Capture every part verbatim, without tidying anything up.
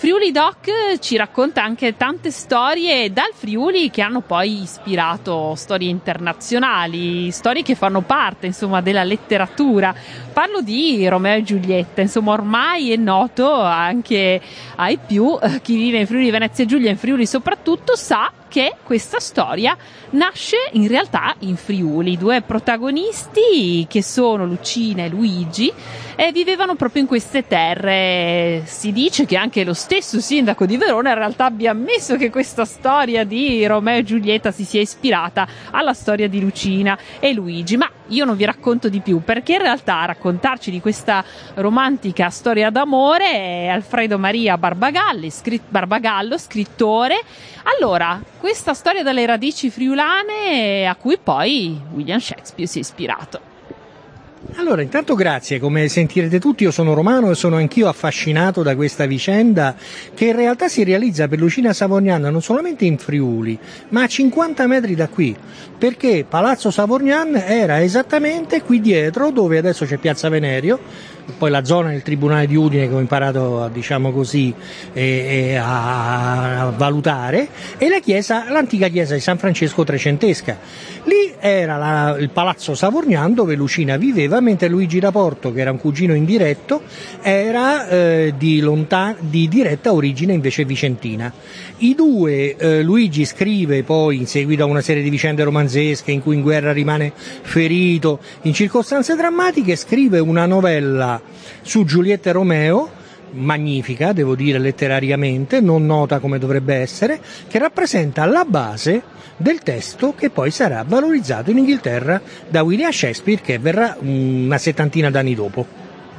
Friuli Doc ci racconta anche tante storie dal Friuli che hanno poi ispirato storie internazionali, storie che fanno parte insomma della letteratura. Parlo di Romeo e Giulietta, insomma ormai è noto anche ai più, chi vive in Friuli Venezia Giulia e in Friuli soprattutto sa che questa storia nasce in realtà in Friuli. Due protagonisti che sono Lucina e Luigi e vivevano proprio in queste terre. Si dice che anche lo stesso sindaco di Verona in realtà abbia ammesso che questa storia di Romeo e Giulietta si sia ispirata alla storia di Lucina e Luigi, ma io non vi racconto di più perché in realtà a raccontarci di questa romantica storia d'amore è Alfredo Maria Barbagalli, scritt- Barbagallo, scrittore. Allora, questa storia dalle radici friulane a cui poi William Shakespeare si è ispirato. Allora, intanto grazie, come sentirete tutti io sono romano e sono anch'io affascinato da questa vicenda che in realtà si realizza per Lucina Savorgnan non solamente in Friuli, ma a cinquanta metri da qui, perché Palazzo Savorgnan era esattamente qui dietro dove adesso c'è Piazza Venerio, poi la zona del Tribunale di Udine che ho imparato, diciamo così, eh, a, a valutare, e la chiesa, l'antica chiesa di San Francesco trecentesca. Lì era la, il Palazzo Savorgnan dove Lucina viveva, mentre Luigi Raporto, che era un cugino indiretto, era eh, di, lontan- di diretta origine invece vicentina. I due, eh, Luigi scrive poi, in seguito a una serie di vicende romanzesche in cui in guerra rimane ferito, in circostanze drammatiche, scrive una novella su Giulietta e Romeo, magnifica, devo dire letterariamente, non nota come dovrebbe essere, che rappresenta la base del testo che poi sarà valorizzato in Inghilterra da William Shakespeare, che verrà una settantina d'anni dopo.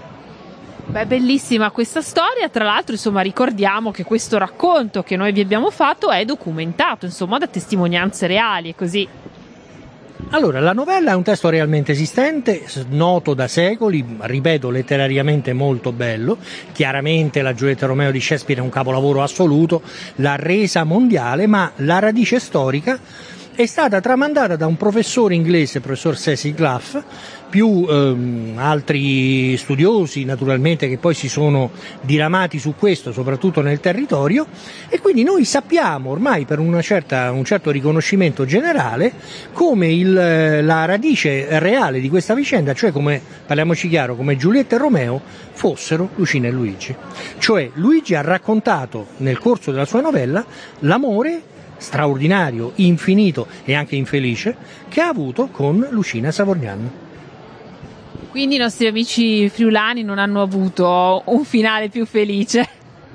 Beh, bellissima questa storia, tra l'altro insomma ricordiamo che questo racconto che noi vi abbiamo fatto è documentato insomma da testimonianze reali e così. Allora, la novella è un testo realmente esistente, noto da secoli, ripeto, letterariamente molto bello. Chiaramente la Giulietta e Romeo di Shakespeare è un capolavoro assoluto, l'ha resa mondiale, ma la radice storica è stata tramandata da un professore inglese, il professor Cecil Clough, più ehm, altri studiosi naturalmente che poi si sono diramati su questo, soprattutto nel territorio, e quindi noi sappiamo ormai per una certa, un certo riconoscimento generale come il, la radice reale di questa vicenda, cioè come, parliamoci chiaro, come Giulietta e Romeo fossero Lucina e Luigi. Cioè Luigi ha raccontato nel corso della sua novella l'amore straordinario, infinito e anche infelice che ha avuto con Lucina Savorgnan. Quindi i nostri amici friulani non hanno avuto un finale più felice.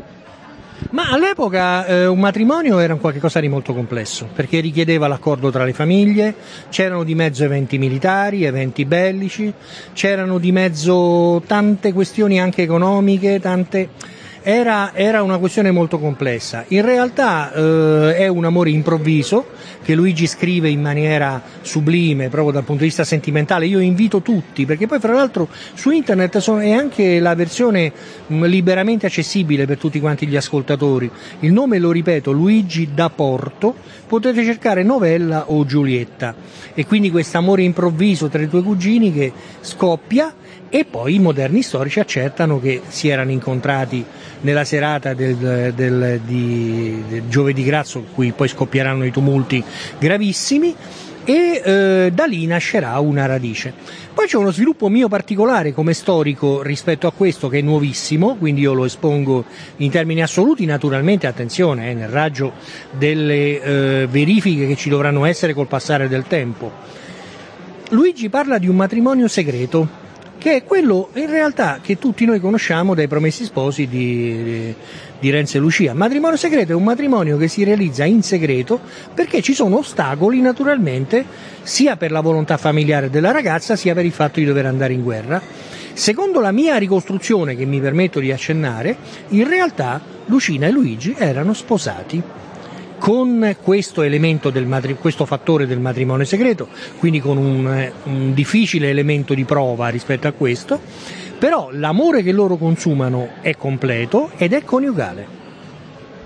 Ma all'epoca eh, un matrimonio era un qualche cosa di molto complesso, perché richiedeva l'accordo tra le famiglie, c'erano di mezzo eventi militari, eventi bellici, c'erano di mezzo tante questioni anche economiche, tante... Era, era una questione molto complessa. In realtà eh, è un amore improvviso che Luigi scrive in maniera sublime proprio dal punto di vista sentimentale. Io invito tutti, perché poi fra l'altro su internet sono, è anche la versione mh, liberamente accessibile per tutti quanti gli ascoltatori. Il nome, lo ripeto, Luigi da Porto, potete cercare novella o Giulietta, e quindi questo amore improvviso tra i due cugini che scoppia. E poi i moderni storici accertano che si erano incontrati nella serata del, del, di, del giovedì grasso, in cui poi scoppieranno i tumulti gravissimi, e eh, da lì nascerà una radice. Poi c'è uno sviluppo mio particolare come storico rispetto a questo che è nuovissimo, quindi io lo espongo in termini assoluti, naturalmente attenzione eh, nel raggio delle eh, verifiche che ci dovranno essere col passare del tempo. Luigi parla di un matrimonio segreto, che è quello in realtà che tutti noi conosciamo dai Promessi Sposi di, di, di Renzo e Lucia. Matrimonio segreto è un matrimonio che si realizza in segreto perché ci sono ostacoli naturalmente sia per la volontà familiare della ragazza sia per il fatto di dover andare in guerra. Secondo la mia ricostruzione, che mi permetto di accennare, in realtà Lucina e Luigi erano sposati. Con questo elemento del matri- questo fattore del matrimonio segreto, quindi con un, un difficile elemento di prova rispetto a questo, però l'amore che loro consumano è completo ed è coniugale.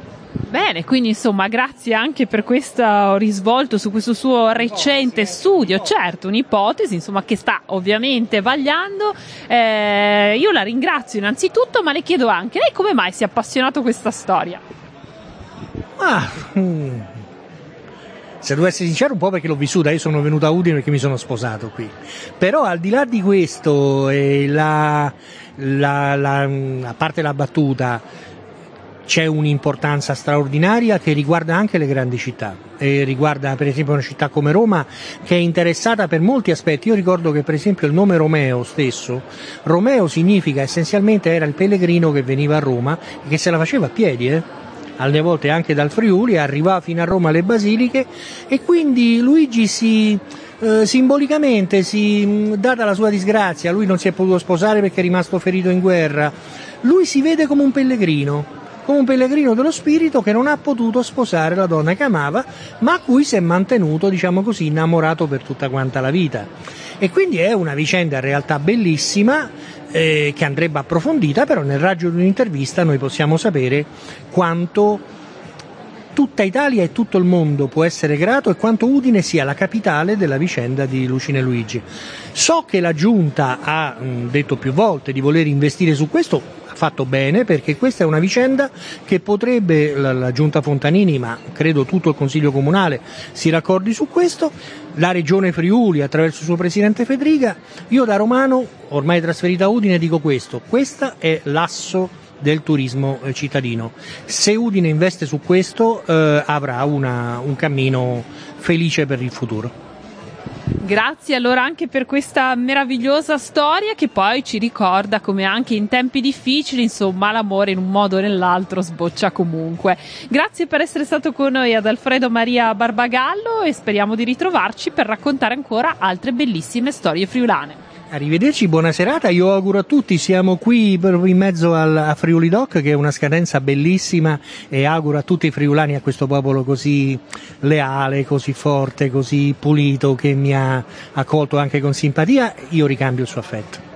Bene, quindi insomma grazie anche per questo risvolto su questo suo recente studio, certo un'ipotesi insomma che sta ovviamente vagliando, eh, io la ringrazio innanzitutto, ma le chiedo anche, lei come mai si è appassionato a questa storia? Ah, hmm. Se devo essere sincero un po' perché l'ho vissuta, io sono venuto a Udine perché mi sono sposato qui, però al di là di questo, eh, la, la, la, a parte la battuta, c'è un'importanza straordinaria che riguarda anche le grandi città, e riguarda per esempio una città come Roma che è interessata per molti aspetti. Io ricordo che per esempio il nome Romeo stesso, Romeo significa essenzialmente era il pellegrino che veniva a Roma e che se la faceva a piedi, eh? alle volte anche dal Friuli, arrivava fino a Roma alle basiliche, e quindi Luigi si... Eh, simbolicamente, si, data la sua disgrazia, lui non si è potuto sposare perché è rimasto ferito in guerra, lui si vede come un pellegrino, come un pellegrino dello spirito che non ha potuto sposare la donna che amava, ma a cui si è mantenuto, diciamo così, innamorato per tutta quanta la vita. E quindi è una vicenda in realtà bellissima, eh, che andrebbe approfondita, però nel raggio di un'intervista noi possiamo sapere quanto tutta Italia e tutto il mondo può essere grato e quanto Udine sia la capitale della vicenda di Luciano e Luigi. So che la Giunta ha mh, detto più volte di voler investire su questo, ha fatto bene, perché questa è una vicenda che potrebbe, la, la Giunta Fontanini, ma credo tutto il Consiglio Comunale si raccordi su questo, la Regione Friuli attraverso il suo Presidente Fedriga. Io da romano, ormai trasferito a Udine, dico questo, questa è l'asso del turismo cittadino. Se Udine investe su questo eh, avrà una, un cammino felice per il futuro. Grazie allora anche per questa meravigliosa storia che poi ci ricorda come anche in tempi difficili, insomma, l'amore in un modo o nell'altro sboccia comunque. Grazie per essere stato con noi ad Alfredo Maria Barbagallo e speriamo di ritrovarci per raccontare ancora altre bellissime storie friulane. Arrivederci, buona serata, io auguro a tutti, siamo qui in mezzo al, a Friuli Doc, che è una scadenza bellissima, e auguro a tutti i friulani, a questo popolo così leale, così forte, così pulito, che mi ha accolto anche con simpatia, io ricambio il suo affetto.